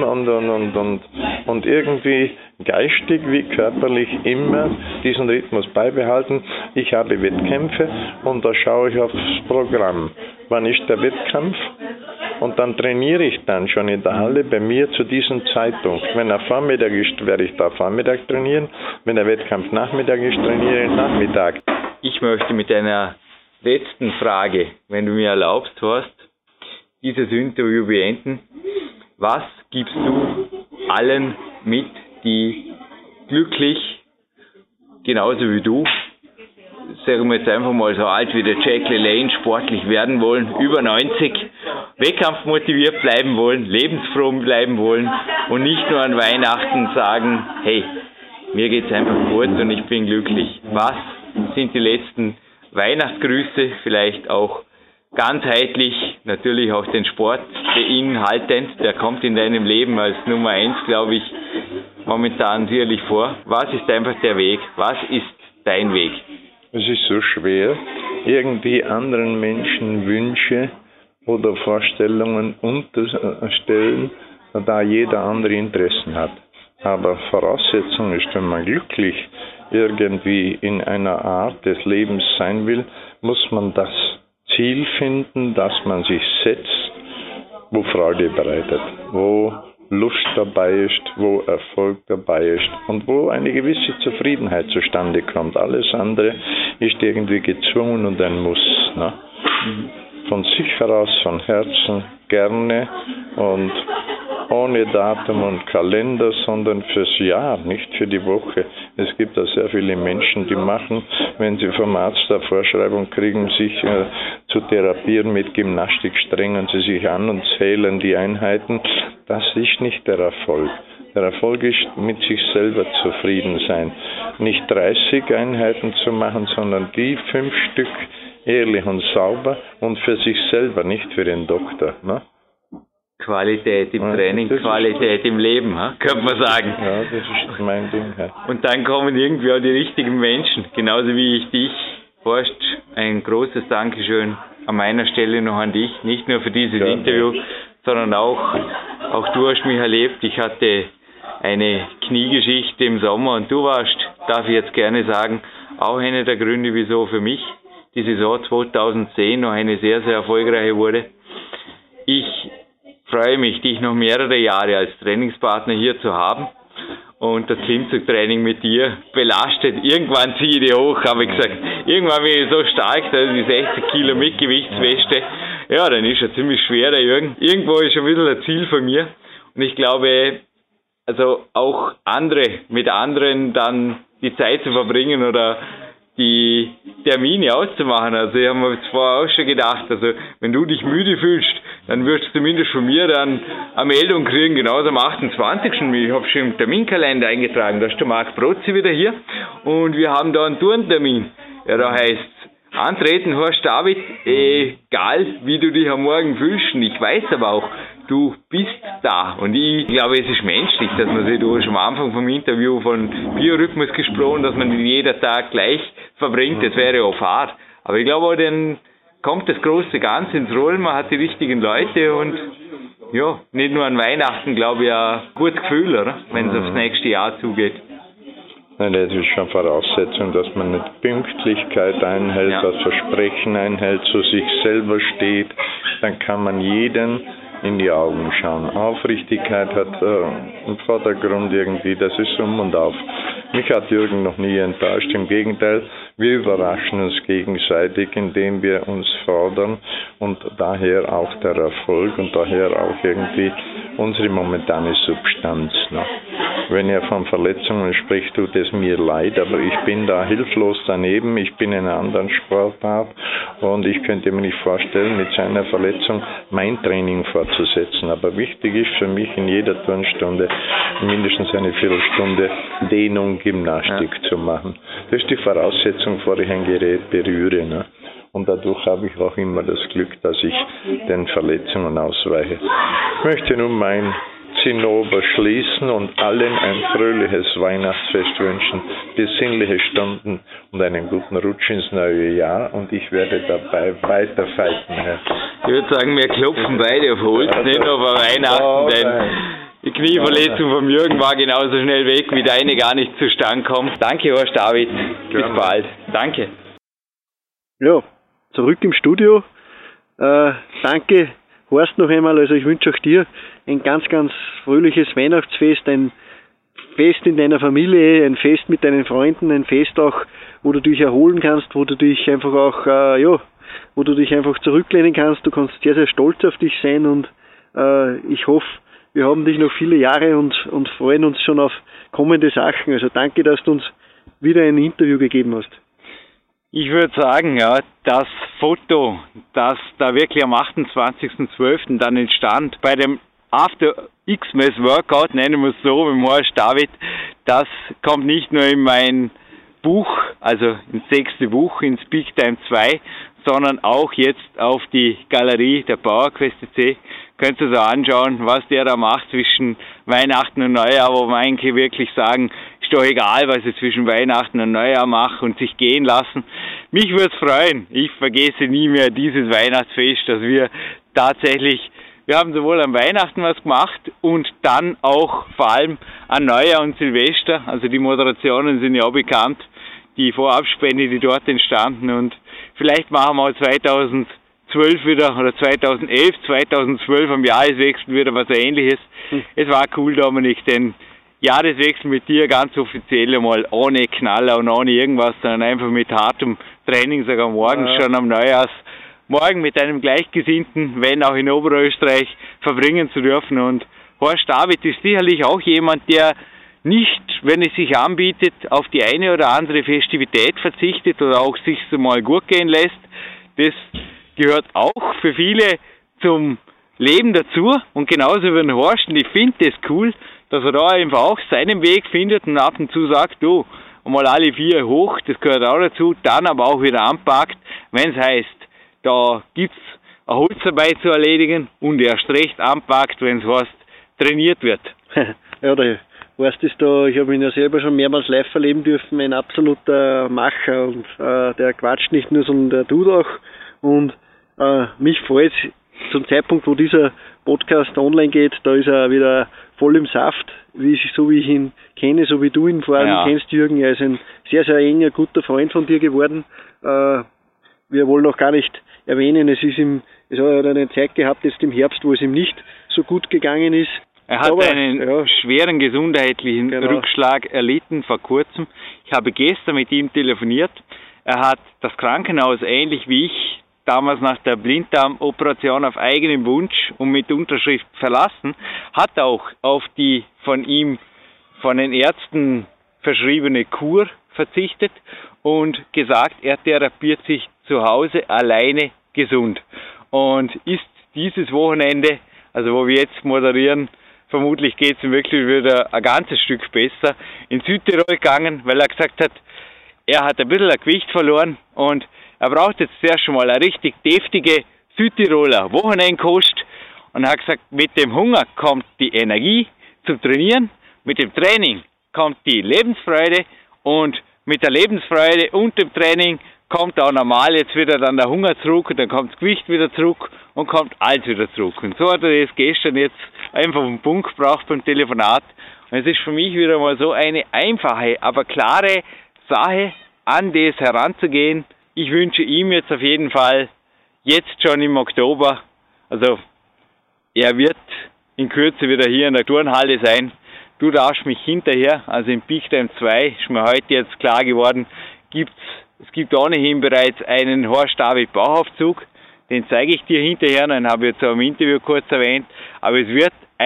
und irgendwie geistig wie körperlich immer diesen Rhythmus beibehalten. Ich habe Wettkämpfe und da schaue ich aufs Programm. Wann ist der Wettkampf? Und dann trainiere ich dann schon in der Halle bei mir zu diesem Zeitpunkt. Wenn er Vormittag ist, werde ich da Vormittag trainieren. Wenn der Wettkampf Nachmittag ist, trainiere ich Nachmittag. Ich möchte mit einer letzten Frage, wenn du mir erlaubst, Horst, dieses Interview beenden. Was gibst du allen mit, die glücklich, genauso wie du, sagen wir jetzt einfach mal so alt wie der Jack LaLanne, sportlich werden wollen, über 90, wettkampfmotiviert bleiben wollen, lebensfroh bleiben wollen und nicht nur an Weihnachten sagen, hey, mir geht's einfach gut und ich bin glücklich. Was sind die letzten Weihnachtsgrüße, vielleicht auch ganzheitlich, natürlich auch den Sport beinhaltend, der kommt in deinem Leben als Nummer 1, glaube ich, momentan sicherlich vor. Was ist einfach der Weg? Was ist dein Weg? Es ist so schwer, irgendwie anderen Menschen Wünsche oder Vorstellungen unterstellen, da jeder andere Interessen hat. Aber Voraussetzung ist, wenn man glücklich irgendwie in einer Art des Lebens sein will, muss man das Ziel finden, das man sich setzt, wo Freude bereitet, wo Lust dabei ist, wo Erfolg dabei ist und wo eine gewisse Zufriedenheit zustande kommt. Alles andere ist irgendwie gezwungen und ein Muss. Ne? Von sich heraus, von Herzen, gerne und ohne Datum und Kalender, sondern fürs Jahr, nicht für die Woche. Es gibt da sehr viele Menschen, die machen, wenn sie vom Arzt eine Vorschreibung kriegen, sich zu therapieren mit Gymnastik, strengen sie sich an und zählen die Einheiten. Das ist nicht der Erfolg. Der Erfolg ist, mit sich selber zufrieden sein. Nicht 30 Einheiten zu machen, sondern die 5 Stück ehrlich und sauber und für sich selber, nicht für den Doktor. Ne? Qualität im Training, Qualität im Leben, könnte man sagen. Ja, das ist mein Ding. Ja. Und dann kommen irgendwie auch die richtigen Menschen, genauso wie ich dich. Horst, ein großes Dankeschön an meiner Stelle noch an dich, nicht nur für dieses Interview, sondern auch du hast mich erlebt. Ich hatte eine Kniegeschichte im Sommer und du warst, darf ich jetzt gerne sagen, auch einer der Gründe, wieso für mich die Saison 2010 noch eine sehr, sehr erfolgreiche wurde. Ich freue mich, dich noch mehrere Jahre als Trainingspartner hier zu haben und das Klimmzugtraining mit dir belastet. Irgendwann ziehe ich die hoch, habe ich gesagt. Irgendwann bin ich so stark, dass ich die 60 Kilo Mitgewichtsweste, ja, dann ist er ziemlich schwer, der Jürgen. Irgendwo ist schon ein bisschen ein Ziel von mir und ich glaube, also auch mit anderen dann die Zeit zu verbringen oder die Termine auszumachen. Also ich habe mir vorher auch schon gedacht, also wenn du dich müde fühlst, dann wirst du zumindest von mir dann eine Meldung kriegen, genauso am 28. Ich habe schon im Terminkalender eingetragen, da ist der Marc Brotzi wieder hier und wir haben da einen Turntermin. Ja, da heißt antreten, Horst David, egal wie du dich am Morgen fühlst. Und ich weiß aber auch, du bist da. Und ich glaube, es ist menschlich, dass man sich, du hast am Anfang vom Interview von Biorhythmus gesprochen, dass man jeder Tag gleich verbringt. Das wäre auch Fahrt. Aber ich glaube, dann kommt das große Ganze ins Rollen, man hat die richtigen Leute und ja, nicht nur an Weihnachten, glaube ich, ein gutes Gefühl, oder? Wenn es aufs nächste Jahr zugeht. Nein, das ist schon Voraussetzung, dass man mit Pünktlichkeit einhält, das Versprechen einhält, zu sich selber steht, dann kann man jeden in die Augen schauen. Aufrichtigkeit hat im Vordergrund irgendwie, das ist um und auf. Mich hat Jürgen noch nie enttäuscht, im Gegenteil, wir überraschen uns gegenseitig, indem wir uns fordern und daher auch der Erfolg und daher auch irgendwie unsere momentane Substanz. Ne? wenn er von Verletzungen spricht, tut es mir leid, aber ich bin da hilflos daneben, ich bin in einer anderen Sportart und ich könnte mir nicht vorstellen, mit seiner Verletzung mein Training fortzusetzen. Aber wichtig ist für mich in jeder Turnstunde mindestens eine Viertelstunde Dehnung, Gymnastik zu machen. Das ist die Voraussetzung, bevor ich ein Gerät berühre. Ne? Und dadurch habe ich auch immer das Glück, dass ich den Verletzungen ausweiche. Ich möchte nun mein Zinnober schließen und allen ein fröhliches Weihnachtsfest wünschen, besinnliche Stunden und einen guten Rutsch ins neue Jahr. Und ich werde dabei weiter fighten, Herr. Ich würde sagen, wir klopfen beide auf Holz, nicht nur bei Weihnachten, denn die Knieverletzung vom Jürgen war genauso schnell weg, wie deine gar nicht zustande kommt. Danke, Horst David. Bis bald. Danke. Ja, zurück im Studio. Danke, Horst, noch einmal. Also ich wünsche auch dir ein ganz, ganz fröhliches Weihnachtsfest, ein Fest in deiner Familie, ein Fest mit deinen Freunden, ein Fest auch, wo du dich erholen kannst, wo du dich einfach auch, wo du dich einfach zurücklehnen kannst. Du kannst sehr, sehr stolz auf dich sein und ich hoffe, wir haben dich noch viele Jahre und freuen uns schon auf kommende Sachen. Also danke, dass du uns wieder ein Interview gegeben hast. Ich würde sagen, ja, das Foto, das da wirklich am 28.12. dann entstand, bei dem After Xmas Workout, nennen wir es so, mit dem Horst David, das kommt nicht nur in mein Buch, also ins 6. Buch, ins Peak Time 2, sondern auch jetzt auf die Galerie der PowerQuest CC. Könnt ihr so anschauen, was der da macht zwischen Weihnachten und Neujahr, wo man eigentlich wirklich sagen, ist doch egal, was ich zwischen Weihnachten und Neujahr mache und sich gehen lassen. Mich würde es freuen, ich vergesse nie mehr dieses Weihnachtsfest, dass wir tatsächlich, wir haben sowohl an Weihnachten was gemacht und dann auch vor allem an Neujahr und Silvester, also die Moderationen sind ja auch bekannt, die Vorabspende, die dort entstanden und vielleicht machen wir auch 2012 wieder oder 2011, 2012 am Jahreswechsel wieder was Ähnliches. Es war cool, Dominik, den Jahreswechsel mit dir ganz offiziell einmal ohne Knaller und ohne irgendwas, sondern einfach mit hartem Training, sogar morgens schon am Neujahrsmorgen mit einem Gleichgesinnten, wenn auch in Oberösterreich, verbringen zu dürfen. Und Horst David ist sicherlich auch jemand, der nicht, wenn es sich anbietet, auf die eine oder andere Festivität verzichtet oder auch sich so mal gut gehen lässt. Das gehört auch für viele zum Leben dazu und genauso wie ein Horst. Und ich finde das cool, dass er da einfach auch seinen Weg findet und ab und zu sagt, du, einmal alle 4 hoch, das gehört auch dazu, dann aber auch wieder anpackt, wenn es heißt, da gibt es eine Holzarbeit zu erledigen und erst recht anpackt, wenn es heißt, trainiert wird. Ja, der Horst ist da, ich habe ihn ja selber schon mehrmals live erleben dürfen, ein absoluter Macher und der quatscht nicht nur, sondern der tut auch und mich freut zum Zeitpunkt, wo dieser Podcast online geht, da ist er wieder voll im Saft, so wie ich ihn kenne, so wie du ihn vor allem kennst, Jürgen. Er ist ein sehr, sehr enger, guter Freund von dir geworden. Wir wollen auch gar nicht erwähnen, es hat eine Zeit gehabt, jetzt im Herbst, wo es ihm nicht so gut gegangen ist. Er hat einen schweren gesundheitlichen Rückschlag erlitten vor kurzem. Ich habe gestern mit ihm telefoniert. Er hat das Krankenhaus ähnlich wie ich damals nach der Blinddarmoperation auf eigenen Wunsch und mit Unterschrift verlassen, hat auch auf die von ihm von den Ärzten verschriebene Kur verzichtet und gesagt, er therapiert sich zu Hause alleine gesund und ist dieses Wochenende, also wo wir jetzt moderieren, vermutlich geht es ihm wirklich wieder ein ganzes Stück besser, in Südtirol gegangen, weil er gesagt hat, er hat ein bisschen Gewicht verloren und er braucht jetzt zuerst schon mal eine richtig deftige Südtiroler Wochenendkost und er hat gesagt, mit dem Hunger kommt die Energie zum Trainieren, mit dem Training kommt die Lebensfreude und mit der Lebensfreude und dem Training kommt auch normal jetzt wieder dann der Hunger zurück und dann kommt das Gewicht wieder zurück und kommt alles wieder zurück. Und so hat er das gestern jetzt einfach auf den Punkt gebracht beim Telefonat. Und es ist für mich wieder mal so eine einfache, aber klare Sache, an das heranzugehen. Ich wünsche ihm jetzt auf jeden Fall, jetzt schon im Oktober, also er wird in Kürze wieder hier in der Turnhalle sein. Du darfst mich hinterher, also im Peak Time 2, ist mir heute jetzt klar geworden, es gibt ohnehin bereits einen Horst David Bauchaufzug, den zeige ich dir hinterher, den habe ich jetzt auch im Interview kurz erwähnt, aber es wird einen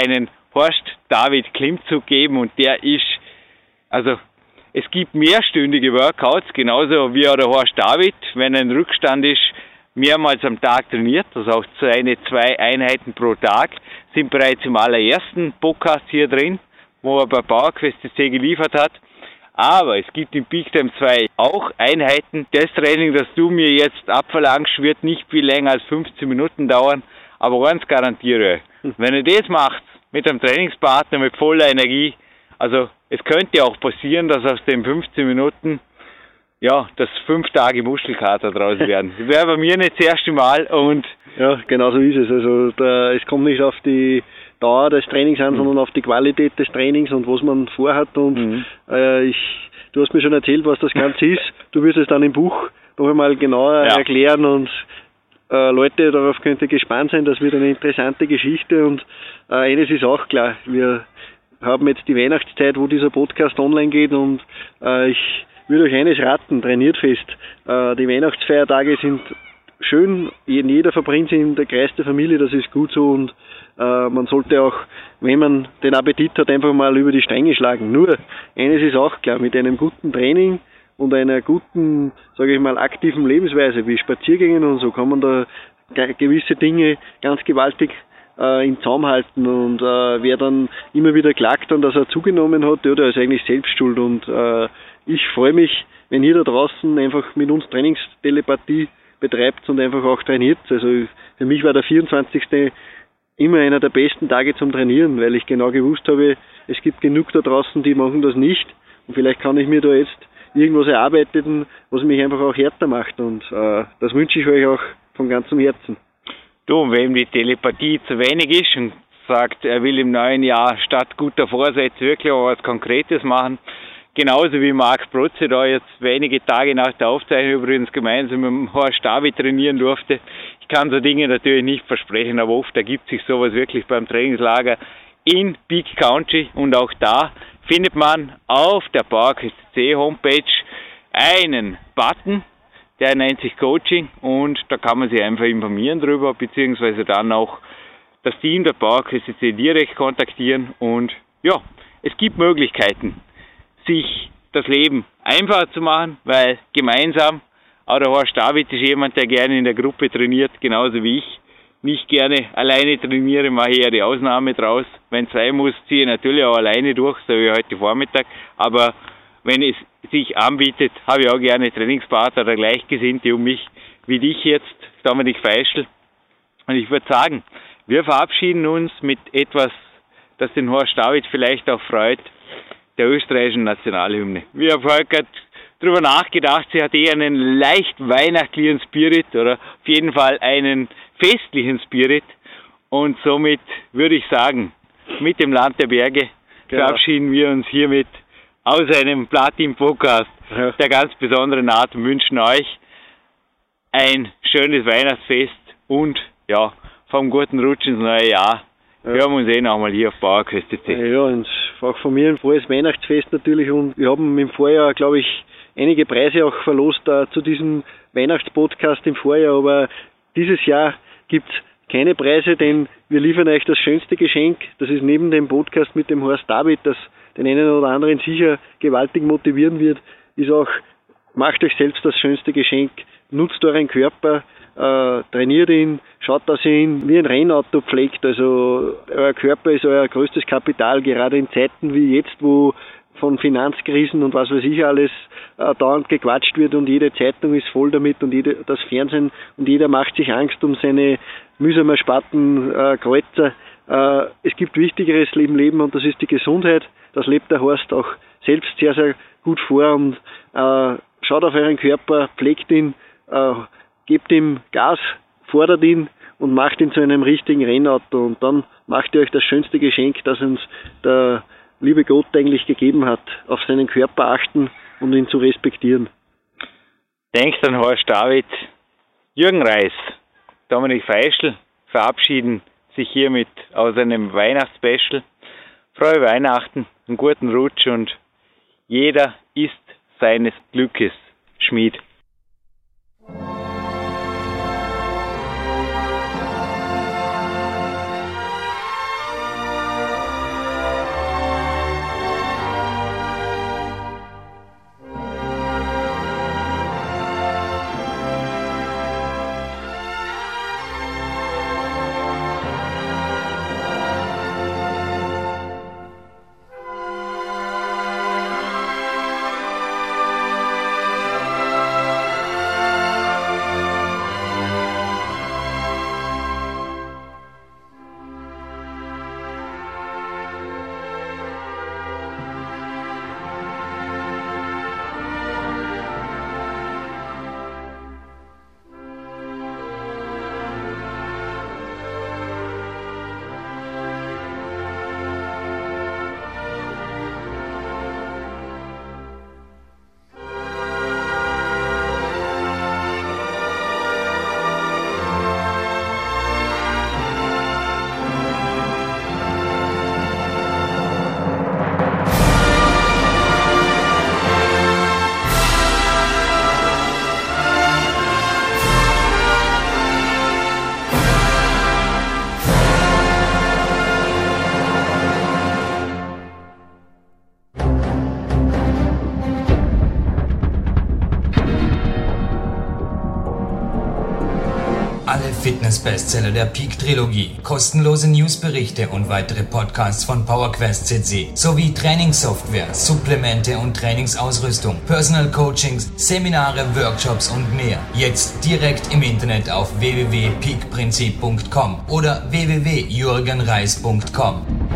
Horst David Klimmzug geben und der ist, also es gibt mehrstündige Workouts, genauso wie auch der Horst David, wenn ein Rückstand ist, mehrmals am Tag trainiert, also auch 2 Einheiten pro Tag, sind bereits im allerersten Podcast hier drin, wo er bei PowerQuest.cc geliefert hat. Aber es gibt im Peaktime 2 auch Einheiten. Das Training, das du mir jetzt abverlangst, wird nicht viel länger als 15 Minuten dauern. Aber eins garantiere ich, wenn ihr das macht, mit einem Trainingspartner, mit voller Energie, also es könnte auch passieren, dass aus den 15 Minuten, ja, dass 5 Tage Muskelkater draus werden. Das wäre bei mir nicht das erste Mal und... Ja, genau so ist es. Also es kommt nicht auf die Dauer des Trainings an, sondern auf die Qualität des Trainings und was man vorhat. Und du hast mir schon erzählt, was das Ganze ist. Du wirst es dann im Buch noch einmal genauer erklären und Leute, darauf könnt ihr gespannt sein. Das wird eine interessante Geschichte und eines ist auch klar. Wir haben jetzt die Weihnachtszeit, wo dieser Podcast online geht und ich würde euch eines raten, trainiert fest. Die Weihnachtsfeiertage sind schön, jeder verbringt sie in der Kreis der Familie, das ist gut so und man sollte auch, wenn man den Appetit hat, einfach mal über die Stränge schlagen. Nur, eines ist auch klar, mit einem guten Training und einer guten, sage ich mal, aktiven Lebensweise, wie Spaziergängen und so, kann man da gewisse Dinge ganz gewaltig in Zaum halten und wer dann immer wieder klagt, dann, dass er zugenommen hat, der ist eigentlich selbst schuld und ich freue mich, wenn ihr da draußen einfach mit uns Trainingstelepathie betreibt und einfach auch trainiert. Also für mich war der 24. immer einer der besten Tage zum Trainieren, weil ich genau gewusst habe, es gibt genug da draußen, die machen das nicht und vielleicht kann ich mir da jetzt irgendwas erarbeiten, was mich einfach auch härter macht und das wünsche ich euch auch von ganzem Herzen. Du, wem die Telepathie zu wenig ist und sagt, er will im neuen Jahr statt guter Vorsätze wirklich auch was Konkretes machen, genauso wie Marc Protze da jetzt wenige Tage nach der Aufzeichnung übrigens gemeinsam mit dem Horst David trainieren durfte. Ich kann so Dinge natürlich nicht versprechen, aber oft ergibt sich sowas wirklich beim Trainingslager in Peak Country und auch da findet man auf der PowerQuest.cc Homepage einen Button, der nennt sich Coaching und da kann man sich einfach informieren drüber, beziehungsweise dann auch das Team der PowerQuest.cc direkt kontaktieren und ja, es gibt Möglichkeiten, sich das Leben einfacher zu machen, weil gemeinsam, auch der Horst David ist jemand, der gerne in der Gruppe trainiert, genauso wie ich. Nicht gerne alleine trainiere, mache eher die Ausnahme draus. Wenn es sein muss, ziehe ich natürlich auch alleine durch, so wie heute Vormittag. Aber wenn es sich anbietet, habe ich auch gerne Trainingspartner oder Gleichgesinnte um mich, wie dich jetzt, Dominik Feischl. Und ich würde sagen, wir verabschieden uns mit etwas, das den Horst David vielleicht auch freut, der österreichischen Nationalhymne. Wir haben vorher gerade drüber nachgedacht, sie hat eher einen leicht weihnachtlichen Spirit oder auf jeden Fall einen festlichen Spirit und somit würde ich sagen, mit dem Land der Berge verabschieden wir uns hiermit aus einem Platin-Podcast der ganz besonderen Art und wünschen euch ein schönes Weihnachtsfest und ja, vom guten Rutsch ins neue Jahr. Hören wir uns nochmal hier auf PowerQuest.cc. Ja, und auch von mir ein frohes Weihnachtsfest natürlich und wir haben im Vorjahr, glaube ich, einige Preise auch verlost zu diesem Weihnachtspodcast im Vorjahr, aber dieses Jahr gibt es keine Preise, denn wir liefern euch das schönste Geschenk. Das ist neben dem Podcast mit dem Horst David, das den einen oder anderen sicher gewaltig motivieren wird, ist auch, macht euch selbst das schönste Geschenk, nutzt euren Körper, trainiert ihn, schaut, dass ihr ihn wie ein Rennauto pflegt. Also euer Körper ist euer größtes Kapital, gerade in Zeiten wie jetzt, wo von Finanzkrisen und was weiß ich alles dauernd gequatscht wird und jede Zeitung ist voll damit und das Fernsehen und jeder macht sich Angst um seine mühsam ersparten Kreuzer. Es gibt Wichtigeres im Leben und das ist die Gesundheit. Das lebt der Horst auch selbst sehr, sehr gut vor und schaut auf euren Körper, pflegt ihn, gebt ihm Gas, fordert ihn und macht ihn zu einem richtigen Rennauto und dann macht ihr euch das schönste Geschenk, das uns der liebe Gott eigentlich gegeben hat, auf seinen Körper achten und ihn zu respektieren. Denkt an Horst David, Jürgen Reis, Dominik Feischl verabschieden sich hiermit aus einem Weihnachtsspecial. Frohe Weihnachten, einen guten Rutsch und jeder ist seines Glückes Schmied. Business-Bestseller der Peak-Trilogie, kostenlose Newsberichte und weitere Podcasts von PowerQuest CC, sowie Trainingssoftware, Supplemente und Trainingsausrüstung, Personal Coachings, Seminare, Workshops und mehr. Jetzt direkt im Internet auf www.peakprinzip.com oder www.jürgenreis.com.